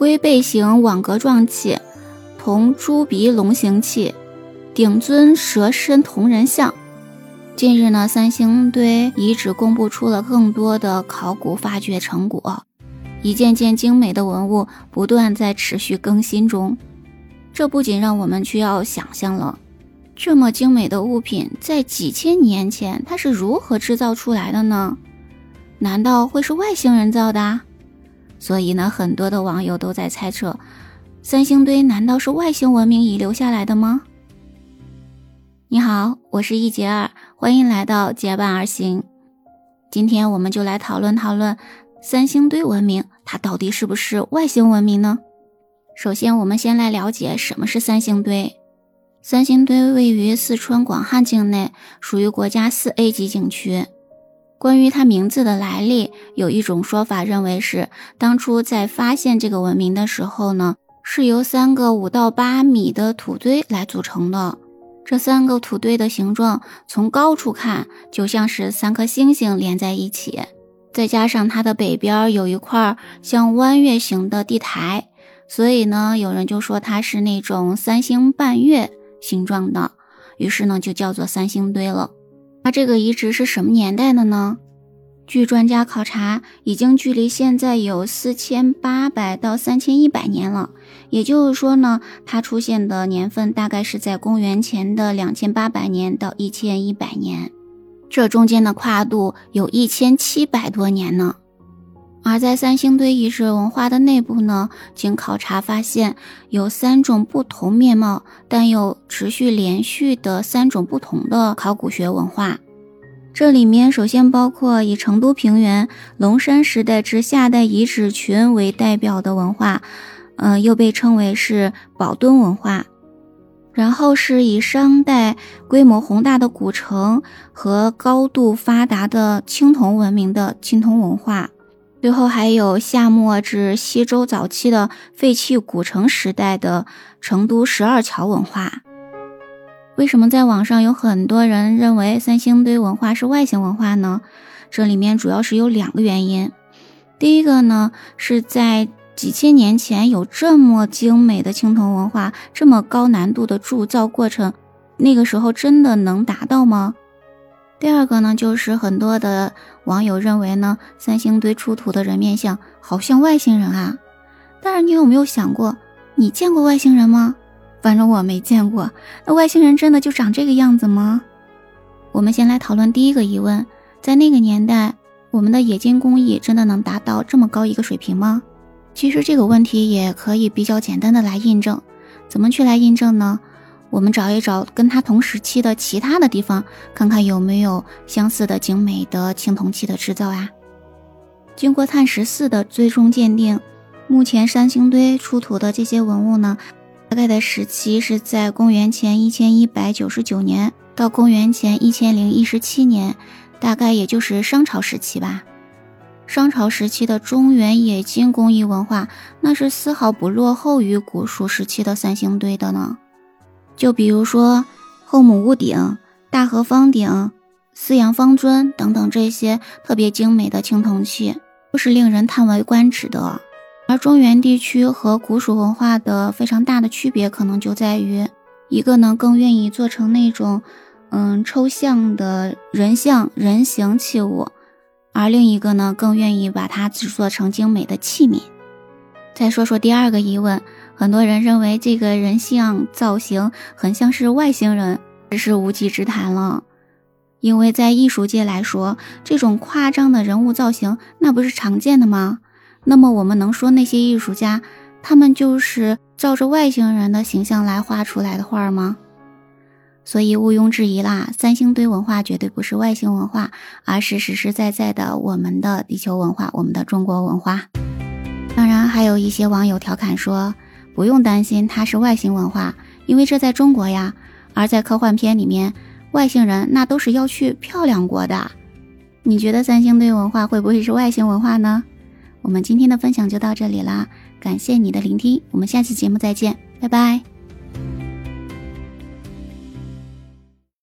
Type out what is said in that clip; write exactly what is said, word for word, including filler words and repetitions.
龟背形网格状器，铜猪鼻龙形器，顶尊蛇身铜人像。近日呢，三星堆遗址公布出了更多的考古发掘成果，一件件精美的文物不断在持续更新中。这不仅让我们需要想象了，这么精美的物品在几千年前它是如何制造出来的呢？难道会是外星人造的？所以呢，很多的网友都在猜测，三星堆难道是外星文明遗留下来的吗？你好，我是一杰二，欢迎来到结伴而行。今天我们就来讨论讨论三星堆文明，它到底是不是外星文明呢？首先我们先来了解什么是三星堆。三星堆位于四川广汉境内，属于国家 四 A 级景区。关于它名字的来历，有一种说法认为是当初在发现这个文明的时候呢，是由三个五到八米的土堆来组成的。这三个土堆的形状从高处看就像是三颗星星连在一起，再加上它的北边有一块像弯月形的地台，所以呢，有人就说它是那种三星半月形状的，于是呢就叫做三星堆了。那这个遗址是什么年代的呢？据专家考察，已经距离现在有四千八百到三千一百年了。也就是说呢，它出现的年份大概是在公元前的两千八百年到一千一百年，这中间的跨度有一千七百多年呢。而在三星堆遗址文化的内部呢，经考察发现有三种不同面貌但又持续连续的三种不同的考古学文化。这里面首先包括以成都平原、龙山时代至夏代遗址群为代表的文化，呃，又被称为是宝墩文化。然后是以商代规模宏大的古城和高度发达的青铜文明的青铜文化。最后还有夏末至西周早期的废弃古城时代的成都十二桥文化。为什么在网上有很多人认为三星堆文化是外星文化呢？这里面主要是有两个原因。第一个呢，是在几千年前有这么精美的青铜文化，这么高难度的铸造过程，那个时候真的能达到吗？第二个呢，就是很多的网友认为呢，三星堆出土的人面像好像外星人啊。但是你有没有想过，你见过外星人吗？反正我没见过，那外星人真的就长这个样子吗？我们先来讨论第一个疑问，在那个年代，我们的冶金工艺真的能达到这么高一个水平吗？其实这个问题也可以比较简单的来印证。怎么去来印证呢？我们找一找跟它同时期的其他的地方，看看有没有相似的精美的青铜器的制造啊。经过碳十四的追踪鉴定，目前三星堆出土的这些文物呢，大概的时期是在公元前一千一百九十九年到公元前一千零一十七年，大概也就是商朝时期吧。商朝时期的中原冶金工艺文化，那是丝毫不落后于古蜀时期的三星堆的呢。就比如说后母屋顶、大河方鼎、四羊方尊等等这些特别精美的青铜器，都是令人叹为观止的。而中原地区和古蜀文化的非常大的区别，可能就在于一个呢更愿意做成那种嗯抽象的人像人形器物，而另一个呢更愿意把它制作成精美的器皿。再说说第二个疑问，很多人认为这个人像造型很像是外星人，这是无稽之谈了。因为在艺术界来说，这种夸张的人物造型那不是常见的吗？那么我们能说那些艺术家他们就是照着外星人的形象来画出来的画吗？所以毋庸置疑啦，三星堆文化绝对不是外星文化，而是实实在在的我们的地球文化，我们的中国文化。当然还有一些网友调侃说，不用担心它是外星文化，因为这在中国呀，而在科幻片里面，外星人那都是要去漂亮国的。你觉得三星堆文化会不会是外星文化呢？我们今天的分享就到这里啦，感谢你的聆听，我们下期节目再见，拜拜。